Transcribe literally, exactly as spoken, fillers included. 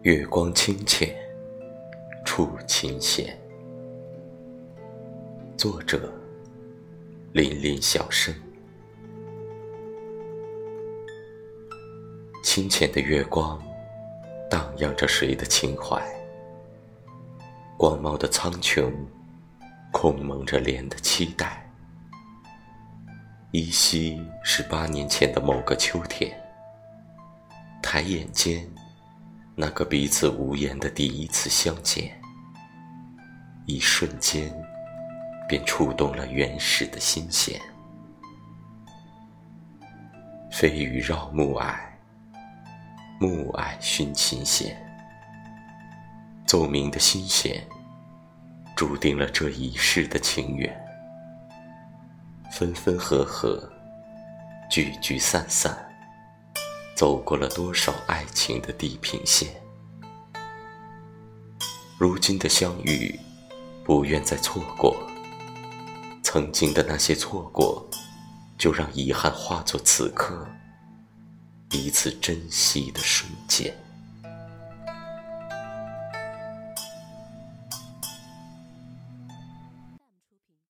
月光清浅，触琴弦。作者：林林小生。清浅的月光荡漾着谁的情怀？广袤的苍穹空蒙着莲的期待。依稀是八年前的某个秋天，抬眼间那个彼此无言的第一次相见，一瞬间便触动了原始的心弦。飞鱼绕暮霭，暮霭熏琴弦，奏鸣的心弦注定了这一世的情缘。分分合合，聚聚散散，走过了多少爱情的地平线。如今的相遇，不愿再错过，曾经的那些错过，就让遗憾化作此刻彼此珍惜的瞬间。